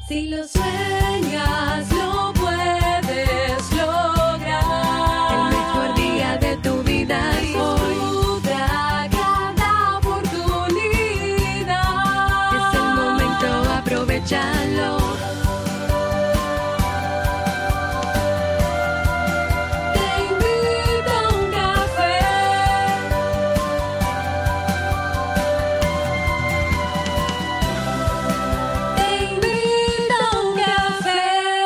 Si lo sueñas, lo puedes lograr. El mejor día de tu vida es hoy. Disfruta cada oportunidad. Es el momento, aprovechalo. Te invito a un café. Te invito a un café.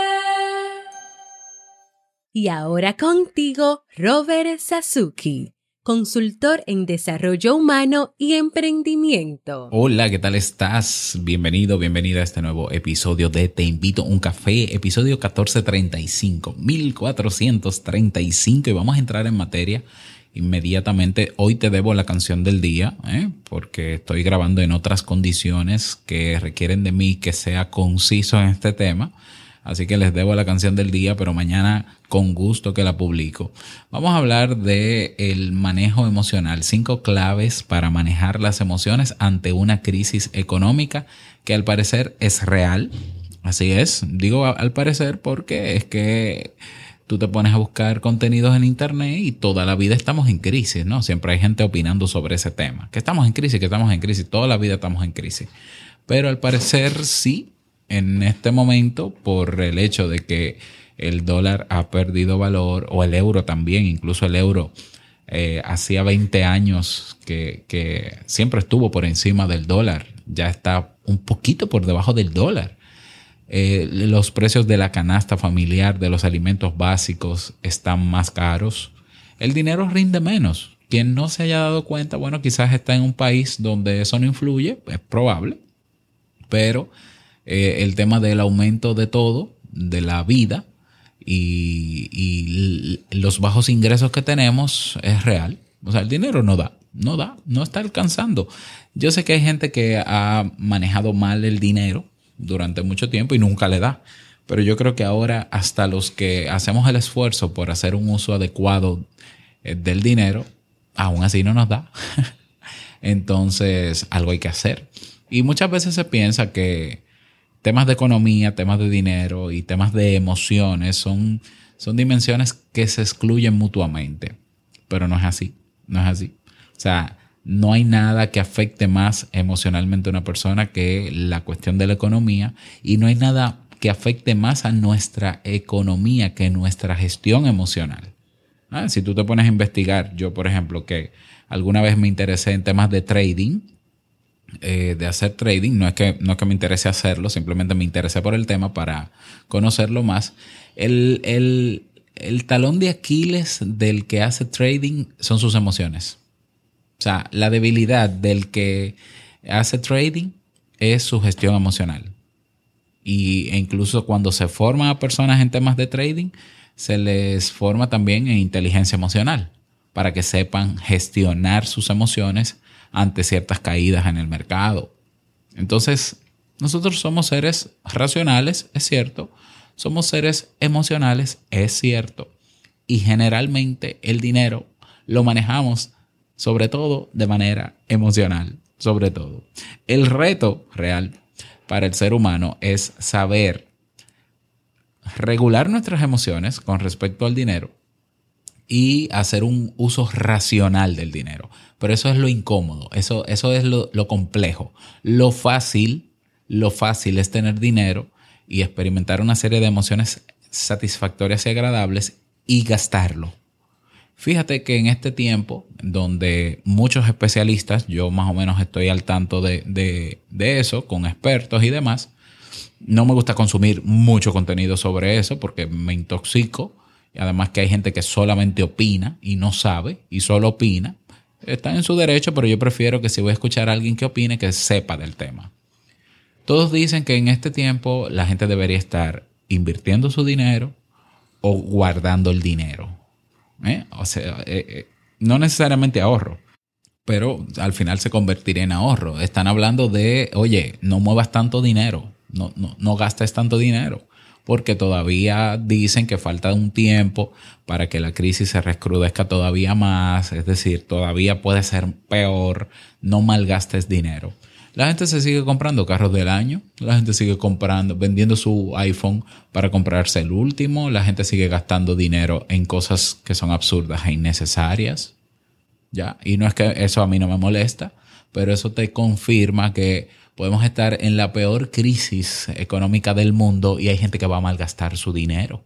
Y ahora contigo, Robert Sasuki, consultor en desarrollo humano y emprendimiento. Hola, ¿qué tal estás? Bienvenido, bienvenida a este nuevo episodio de Te Invito a un Café, episodio 1435, 1435, y vamos a entrar en materia inmediatamente. Hoy te debo la canción del día, porque estoy grabando en otras condiciones que requieren de mí que sea conciso en este tema. Así que les debo la canción del día, pero mañana con gusto que la publico. Vamos a hablar de el manejo emocional. 5 claves para manejar las emociones ante una crisis económica que al parecer es real. Así es. Digo al parecer porque es que tú te pones a buscar contenidos en internet y toda la vida estamos en crisis, ¿no? Siempre hay gente opinando sobre ese tema. Que estamos en crisis, toda la vida estamos en crisis. Pero al parecer sí. En este momento, por el hecho de que el dólar ha perdido valor, o el euro también, incluso el euro hacía 20 años que siempre estuvo por encima del dólar, ya está un poquito por debajo del dólar. Los precios de la canasta familiar, de los alimentos básicos, están más caros. El dinero rinde menos. Quien no se haya dado cuenta, bueno, quizás está en un país donde eso no influye, es probable, pero el tema del aumento de todo, de la vida y los bajos ingresos que tenemos es real. O sea, el dinero no está alcanzando. Yo sé que hay gente que ha manejado mal el dinero durante mucho tiempo y nunca le da. Pero yo creo que ahora hasta los que hacemos el esfuerzo por hacer un uso adecuado del dinero, aún así no nos da. Entonces, algo hay que hacer. Y muchas veces se piensa que temas de economía, temas de dinero y temas de emociones son dimensiones que se excluyen mutuamente. Pero no es así. No es así. O sea, no hay nada que afecte más emocionalmente a una persona que la cuestión de la economía, y no hay nada que afecte más a nuestra economía que nuestra gestión emocional. Si tú te pones a investigar, yo por ejemplo, que alguna vez me interesé en temas de trading, de hacer trading, no es que me interese hacerlo, simplemente me interesé por el tema para conocerlo más. El talón de Aquiles del que hace trading son sus emociones. O sea, la debilidad del que hace trading es su gestión emocional. E incluso cuando se forman a personas en temas de trading, se les forma también en inteligencia emocional para que sepan gestionar sus emociones ante ciertas caídas en el mercado. Entonces, nosotros somos seres racionales, es cierto. Somos seres emocionales, es cierto. Y generalmente el dinero lo manejamos sobre todo de manera emocional, sobre todo. El reto real para el ser humano es saber regular nuestras emociones con respecto al dinero y hacer un uso racional del dinero. Pero eso es lo incómodo, eso es lo complejo. Lo fácil es tener dinero y experimentar una serie de emociones satisfactorias y agradables y gastarlo. Fíjate que en este tiempo donde muchos especialistas, yo más o menos estoy al tanto de eso, con expertos y demás, no me gusta consumir mucho contenido sobre eso porque me intoxico. Y además que hay gente que solamente opina y no sabe y solo opina. Está en su derecho, pero yo prefiero que si voy a escuchar a alguien que opine, que sepa del tema. Todos dicen que en este tiempo la gente debería estar invirtiendo su dinero o guardando el dinero. O sea, no necesariamente ahorro, pero al final se convertiría en ahorro. Están hablando de, oye, no muevas tanto dinero, no gastes tanto dinero, porque todavía dicen que falta un tiempo para que la crisis se recrudezca todavía más, es decir, todavía puede ser peor, no malgastes dinero. La gente se sigue comprando carros del año, la gente sigue vendiendo su iPhone para comprarse el último, la gente sigue gastando dinero en cosas que son absurdas e innecesarias. ¿Ya? Y no es que eso a mí no me molesta, pero eso te confirma que podemos estar en la peor crisis económica del mundo y hay gente que va a malgastar su dinero.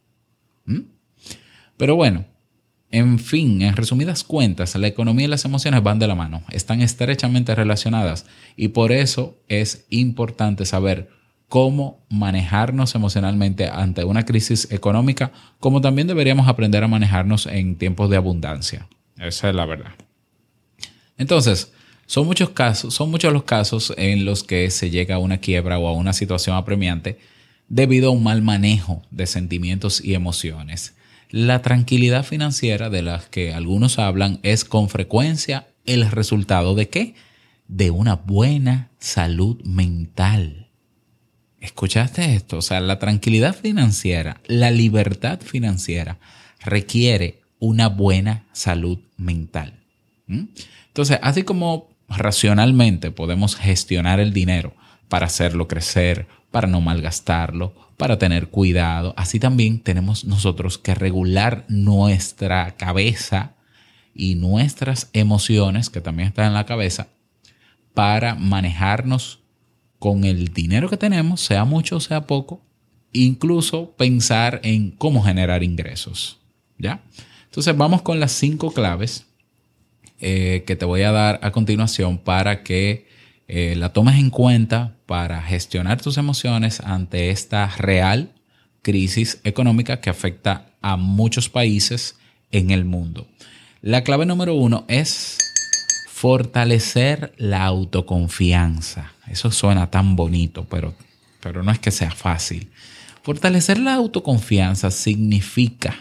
Pero bueno, en fin, en resumidas cuentas, la economía y las emociones van de la mano, están estrechamente relacionadas y por eso es importante saber cómo manejarnos emocionalmente ante una crisis económica, como también deberíamos aprender a manejarnos en tiempos de abundancia. Esa es la verdad. Entonces, son muchos los casos en los que se llega a una quiebra o a una situación apremiante debido a un mal manejo de sentimientos y emociones. La tranquilidad financiera de la que algunos hablan es con frecuencia el resultado ¿de qué? De una buena salud mental. ¿Escuchaste esto? O sea, la tranquilidad financiera, la libertad financiera requiere una buena salud mental. Entonces, así como racionalmente podemos gestionar el dinero para hacerlo crecer, para no malgastarlo, para tener cuidado, así también tenemos nosotros que regular nuestra cabeza y nuestras emociones, que también están en la cabeza, para manejarnos con el dinero que tenemos, sea mucho o sea poco, incluso pensar en cómo generar ingresos. ¿Ya? Entonces vamos con las 5 claves que te voy a dar a continuación para que la tomes en cuenta para gestionar tus emociones ante esta real crisis económica que afecta a muchos países en el mundo. La clave número 1 es fortalecer la autoconfianza. Eso suena tan bonito, pero no es que sea fácil. Fortalecer la autoconfianza significa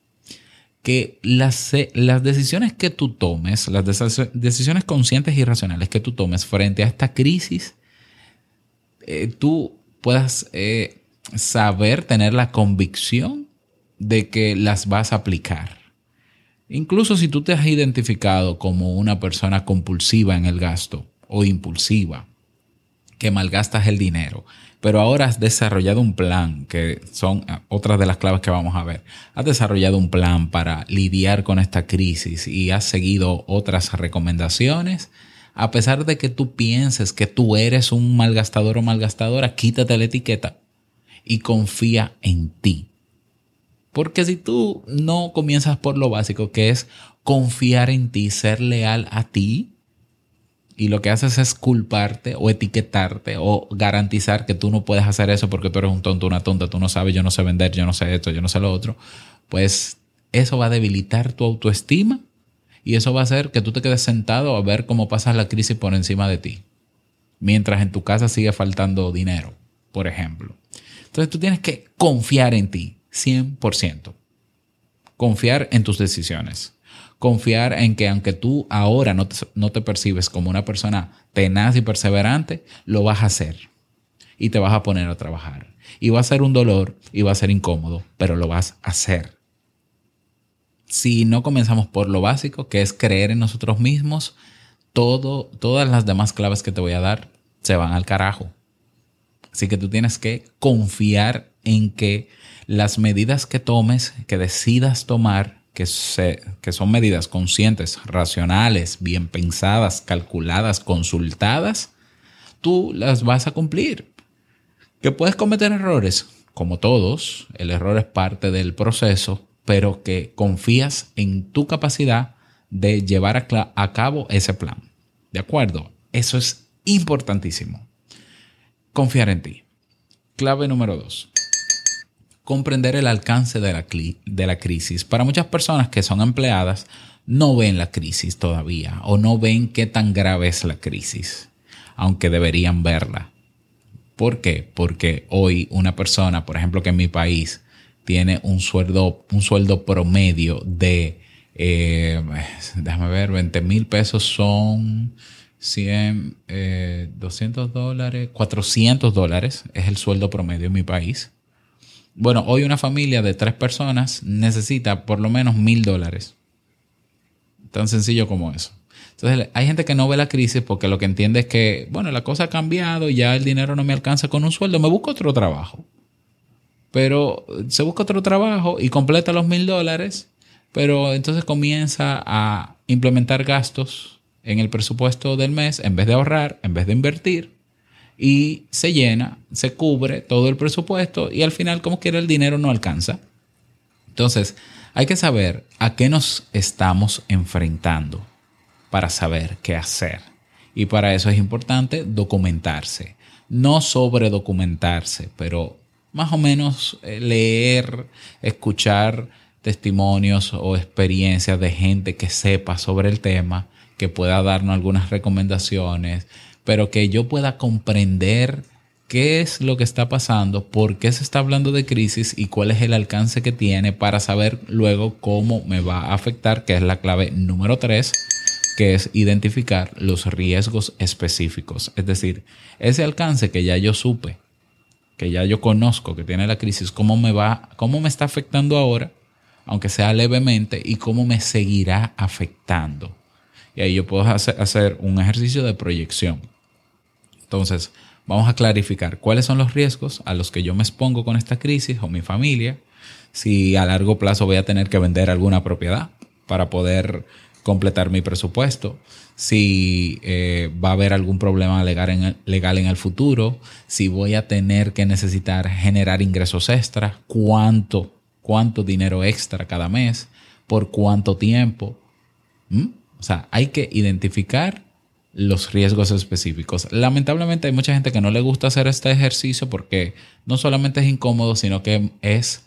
que las decisiones que tú tomes, las decisiones conscientes y racionales que tú tomes frente a esta crisis, tú puedas saber, tener la convicción de que las vas a aplicar. Incluso si tú te has identificado como una persona compulsiva en el gasto o impulsiva, que malgastas el dinero, pero ahora has desarrollado un plan, que son otras de las claves que vamos a ver. Has desarrollado un plan para lidiar con esta crisis y has seguido otras recomendaciones. A pesar de que tú pienses que tú eres un malgastador o malgastadora, quítate la etiqueta y confía en ti. Porque si tú no comienzas por lo básico, que es confiar en ti, ser leal a ti, y lo que haces es culparte o etiquetarte o garantizar que tú no puedes hacer eso porque tú eres un tonto, una tonta, tú no sabes, yo no sé vender, yo no sé esto, yo no sé lo otro, pues eso va a debilitar tu autoestima y eso va a hacer que tú te quedes sentado a ver cómo pasas la crisis por encima de ti, mientras en tu casa sigue faltando dinero, por ejemplo. Entonces tú tienes que confiar en ti, 100%. Confiar en tus decisiones. Confiar en que aunque tú ahora no te percibes como una persona tenaz y perseverante, lo vas a hacer y te vas a poner a trabajar. Y va a ser un dolor y va a ser incómodo, pero lo vas a hacer. Si no comenzamos por lo básico, que es creer en nosotros mismos, todas las demás claves que te voy a dar se van al carajo. Así que tú tienes que confiar en que las medidas que tomes, que decidas tomar, que son medidas conscientes, racionales, bien pensadas, calculadas, consultadas, tú las vas a cumplir. ¿Que puedes cometer errores? Como todos, el error es parte del proceso, pero que confías en tu capacidad de llevar a cabo ese plan. ¿De acuerdo? Eso es importantísimo. Confiar en ti. Clave número 2. Comprender el alcance de la crisis. Para muchas personas que son empleadas, no ven la crisis todavía o no ven qué tan grave es la crisis, aunque deberían verla. ¿Por qué? Porque hoy una persona, por ejemplo, que en mi país tiene un sueldo promedio de, déjame ver, 20,000 pesos son 100, $200, $400 es el sueldo promedio en mi país. Bueno, hoy una familia de 3 personas necesita por lo menos $1,000. Tan sencillo como eso. Entonces hay gente que no ve la crisis porque lo que entiende es que, bueno, la cosa ha cambiado, ya el dinero no me alcanza con un sueldo, me busco otro trabajo. Pero se busca otro trabajo y completa los $1,000, pero entonces comienza a implementar gastos en el presupuesto del mes en vez de ahorrar, en vez de invertir, y se llena, se cubre todo el presupuesto y al final, como quiera, el dinero no alcanza. Entonces, hay que saber a qué nos estamos enfrentando para saber qué hacer. Y para eso es importante documentarse. No sobredocumentarse, pero más o menos leer, escuchar testimonios o experiencias de gente que sepa sobre el tema, que pueda darnos algunas recomendaciones, pero que yo pueda comprender qué es lo que está pasando, por qué se está hablando de crisis y cuál es el alcance que tiene para saber luego cómo me va a afectar, que es la clave número 3, que es identificar los riesgos específicos. Es decir, ese alcance que ya yo supe, que ya yo conozco que tiene la crisis, cómo me está afectando ahora, aunque sea levemente, y cómo me seguirá afectando. Y ahí yo puedo hacer un ejercicio de proyección. Entonces, vamos a clarificar cuáles son los riesgos a los que yo me expongo con esta crisis o mi familia, si a largo plazo voy a tener que vender alguna propiedad para poder completar mi presupuesto, si va a haber algún problema legal en el futuro, si voy a tener que necesitar generar ingresos extras, cuánto dinero extra cada mes, por cuánto tiempo. O sea, hay que identificar los riesgos específicos. Lamentablemente hay mucha gente que no le gusta hacer este ejercicio porque no solamente es incómodo, sino que es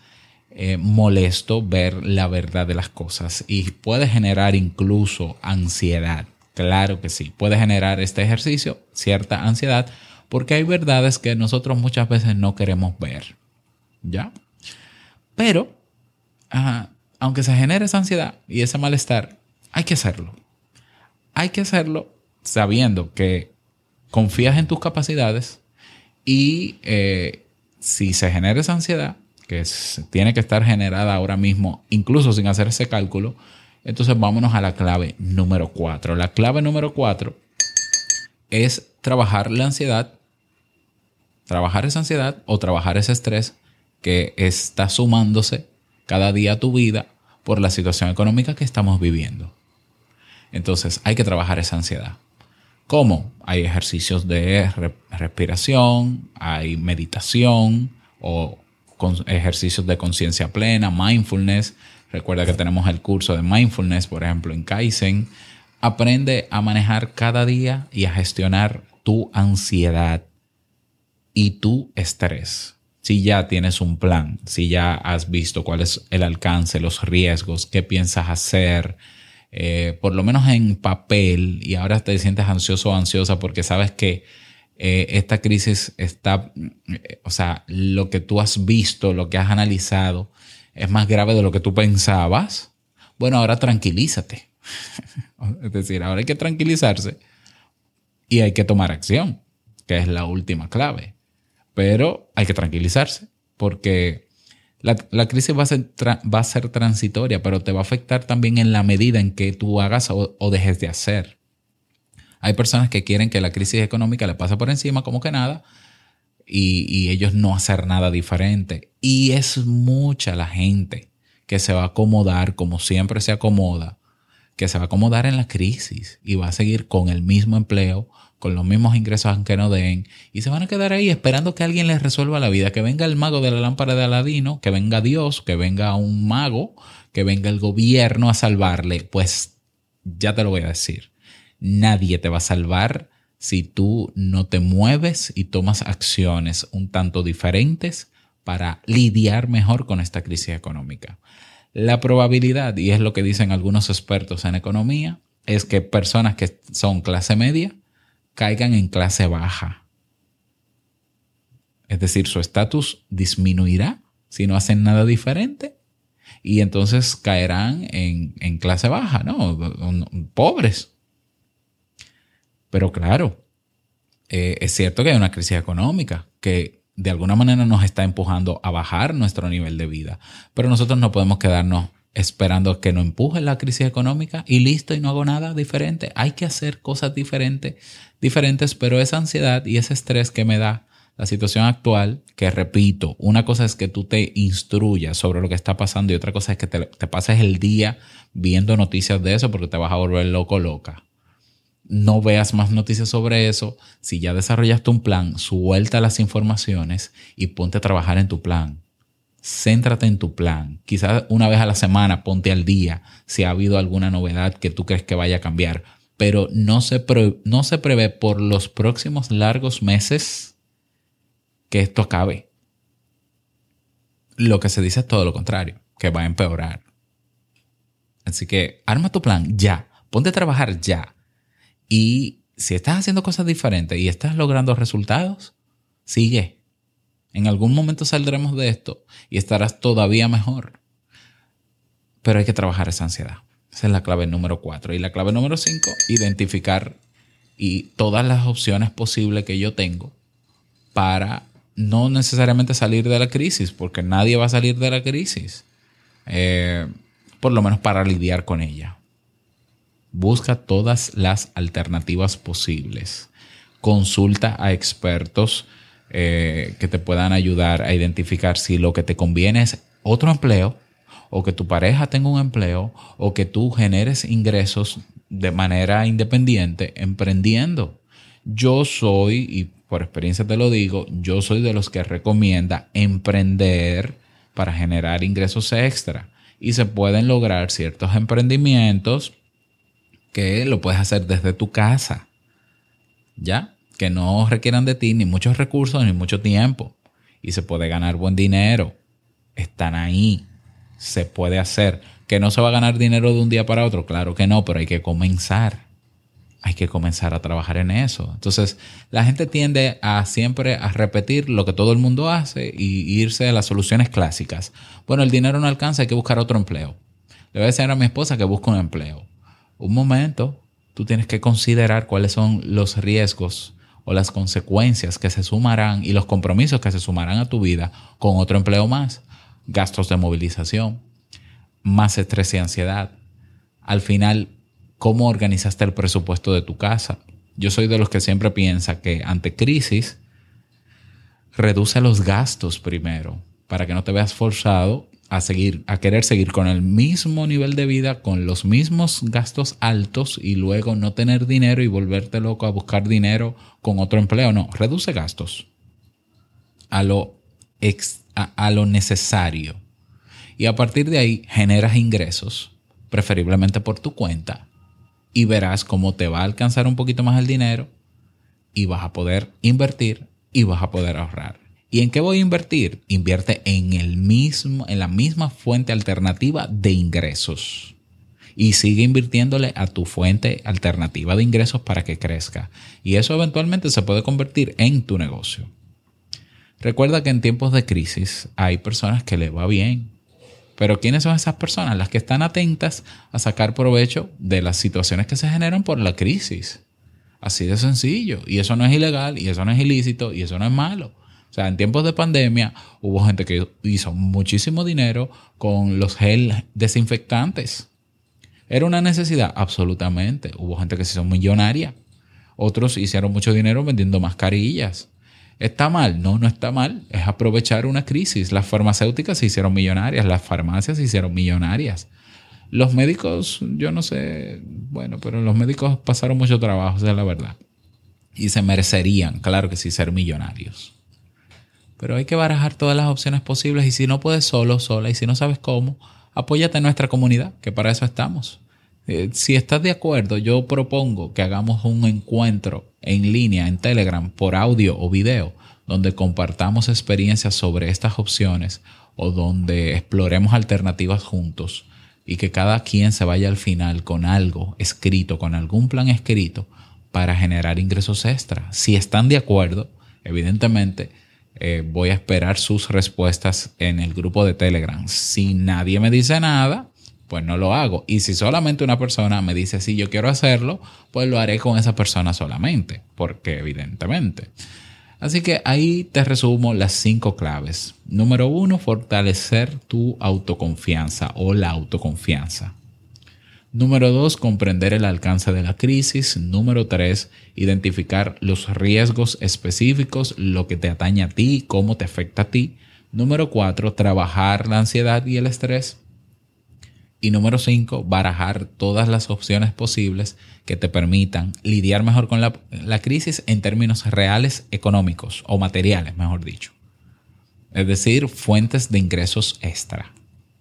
molesto ver la verdad de las cosas y puede generar incluso ansiedad. Claro que sí, puede generar este ejercicio cierta ansiedad porque hay verdades que nosotros muchas veces no queremos ver, ¿ya? Pero, aunque se genere esa ansiedad y ese malestar, hay que hacerlo. Hay que hacerlo sabiendo que confías en tus capacidades y si se genera esa ansiedad, que tiene que estar generada ahora mismo, incluso sin hacer ese cálculo, entonces vámonos a la clave número 4. La clave número 4 es trabajar la ansiedad, trabajar esa ansiedad o trabajar ese estrés que está sumándose cada día a tu vida por la situación económica que estamos viviendo. Entonces hay que trabajar esa ansiedad. ¿Cómo? Hay ejercicios de respiración, hay meditación o ejercicios de conciencia plena, mindfulness. Recuerda que tenemos el curso de mindfulness, por ejemplo, en Kaizen. Aprende a manejar cada día y a gestionar tu ansiedad y tu estrés. Si ya tienes un plan, si ya has visto cuál es el alcance, los riesgos, qué piensas hacer, por lo menos en papel, y ahora te sientes ansioso o ansiosa porque sabes que esta crisis está, o sea, lo que tú has visto, lo que has analizado es más grave de lo que tú pensabas. Bueno, ahora tranquilízate. Es decir, ahora hay que tranquilizarse y hay que tomar acción, que es la última clave. Pero hay que tranquilizarse porque la crisis va a ser transitoria, pero te va a afectar también en la medida en que tú hagas o dejes de hacer. Hay personas que quieren que la crisis económica le pase por encima como que nada y ellos no hacer nada diferente. Y es mucha la gente que se va a acomodar como siempre se acomoda, que se va a acomodar en la crisis y va a seguir con el mismo empleo, con los mismos ingresos aunque no den, y se van a quedar ahí esperando que alguien les resuelva la vida, que venga el mago de la lámpara de Aladino, que venga Dios, que venga un mago, que venga el gobierno a salvarle. Pues ya te lo voy a decir. Nadie te va a salvar si tú no te mueves y tomas acciones un tanto diferentes para lidiar mejor con esta crisis económica. La probabilidad, y es lo que dicen algunos expertos en economía, es que personas que son clase media caigan en clase baja. Es decir, su estatus disminuirá si no hacen nada diferente y entonces caerán en clase baja, ¿no? Pobres. Pero claro, es cierto que hay una crisis económica que de alguna manera nos está empujando a bajar nuestro nivel de vida. Pero nosotros no podemos quedarnos esperando que no empuje la crisis económica y listo, y no hago nada diferente. Hay que hacer cosas diferentes, pero esa ansiedad y ese estrés que me da la situación actual, que repito, una cosa es que tú te instruyas sobre lo que está pasando y otra cosa es que te pases el día viendo noticias de eso porque te vas a volver loca. No veas más noticias sobre eso. Si ya desarrollaste un plan, suelta las informaciones y ponte a trabajar en tu plan. Céntrate en tu plan. Quizás una vez a la semana ponte al día si ha habido alguna novedad que tú crees que vaya a cambiar. Pero no se prevé por los próximos largos meses que esto acabe. Lo que se dice es todo lo contrario, que va a empeorar. Así que arma tu plan ya. Ponte a trabajar ya. Y si estás haciendo cosas diferentes y estás logrando resultados, sigue. En algún momento saldremos de esto y estarás todavía mejor. Pero hay que trabajar esa ansiedad. Esa es la clave número 4. Y la clave número 5, identificar y todas las opciones posibles que yo tengo para no necesariamente salir de la crisis, porque nadie va a salir de la crisis. Por lo menos para lidiar con ella. Busca todas las alternativas posibles. Consulta a expertos que te puedan ayudar a identificar si lo que te conviene es otro empleo, o que tu pareja tenga un empleo, o que tú generes ingresos de manera independiente emprendiendo. Yo soy, y por experiencia te lo digo, yo soy de los que recomienda emprender para generar ingresos extra. Y se pueden lograr ciertos emprendimientos que lo puedes hacer desde tu casa, ¿ya? Que no requieran de ti ni muchos recursos ni mucho tiempo. Y se puede ganar buen dinero. Están ahí. Se puede hacer. ¿Que no se va a ganar dinero de un día para otro? Claro que no, pero hay que comenzar. Hay que comenzar a trabajar en eso. Entonces, la gente tiende a siempre a repetir lo que todo el mundo hace y irse a las soluciones clásicas. Bueno, el dinero no alcanza, hay que buscar otro empleo. Le voy a decir a mi esposa que busque un empleo. Un momento, tú tienes que considerar cuáles son los riesgos o las consecuencias que se sumarán y los compromisos que se sumarán a tu vida con otro empleo más. Gastos de movilización, más estrés y ansiedad. Al final, ¿cómo organizaste el presupuesto de tu casa? Yo soy de los que siempre piensa que ante crisis, reduce los gastos primero para que no te veas forzado a querer seguir con el mismo nivel de vida, con los mismos gastos altos y luego no tener dinero y volverte loco a buscar dinero con otro empleo. No, reduce gastos a lo necesario. Y a partir de ahí generas ingresos, preferiblemente por tu cuenta, y verás cómo te va a alcanzar un poquito más el dinero y vas a poder invertir y vas a poder ahorrar. ¿Y en qué voy a invertir? Invierte en la misma fuente alternativa de ingresos. Y sigue invirtiéndole a tu fuente alternativa de ingresos para que crezca. Y eso eventualmente se puede convertir en tu negocio. Recuerda que en tiempos de crisis hay personas que les va bien. Pero ¿quiénes son esas personas? Las que están atentas a sacar provecho de las situaciones que se generan por la crisis. Así de sencillo. Y eso no es ilegal, y eso no es ilícito, y eso no es malo. O sea, en tiempos de pandemia hubo gente que hizo muchísimo dinero con los gel desinfectantes. ¿Era una necesidad? Absolutamente. Hubo gente que se hizo millonaria. Otros hicieron mucho dinero vendiendo mascarillas. ¿Está mal? No, no está mal. Es aprovechar una crisis. Las farmacéuticas se hicieron millonarias. Las farmacias se hicieron millonarias. Los médicos, yo no sé, bueno, pero los médicos pasaron mucho trabajo, esa es la verdad. Y se merecerían, claro que sí, ser millonarios. Pero hay que barajar todas las opciones posibles y si no puedes solo, sola, y si no sabes cómo, apóyate en nuestra comunidad, que para eso estamos. Si estás de acuerdo, yo propongo que hagamos un encuentro en línea en Telegram por audio o video, donde compartamos experiencias sobre estas opciones o donde exploremos alternativas juntos y que cada quien se vaya al final con algo escrito, con algún plan escrito para generar ingresos extra. Si están de acuerdo, evidentemente, voy a esperar sus respuestas en el grupo de Telegram. Si nadie me dice nada, pues no lo hago. Y si solamente una persona me dice sí, yo quiero hacerlo, pues lo haré con esa persona solamente, porque evidentemente. Así que ahí te resumo las 5 claves. Número 1, fortalecer tu autoconfianza o la autoconfianza. Número 2, comprender el alcance de la crisis. Número 3, identificar los riesgos específicos, lo que te atañe a ti, cómo te afecta a ti. Número 4, trabajar la ansiedad y el estrés. Y número 5, barajar todas las opciones posibles que te permitan lidiar mejor con la crisis en términos reales económicos o materiales, mejor dicho. Es decir, fuentes de ingresos extra.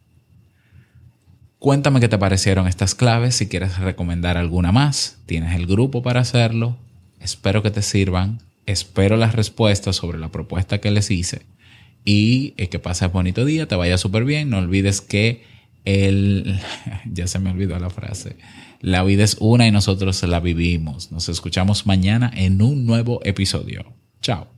Cuéntame qué te parecieron estas claves. Si quieres recomendar alguna más, tienes el grupo para hacerlo. Espero que te sirvan. Espero las respuestas sobre la propuesta que les hice. Y que pases bonito día, te vaya súper bien. No olvides que ya se me olvidó la frase. La vida es una y nosotros la vivimos. Nos escuchamos mañana en un nuevo episodio. Chao.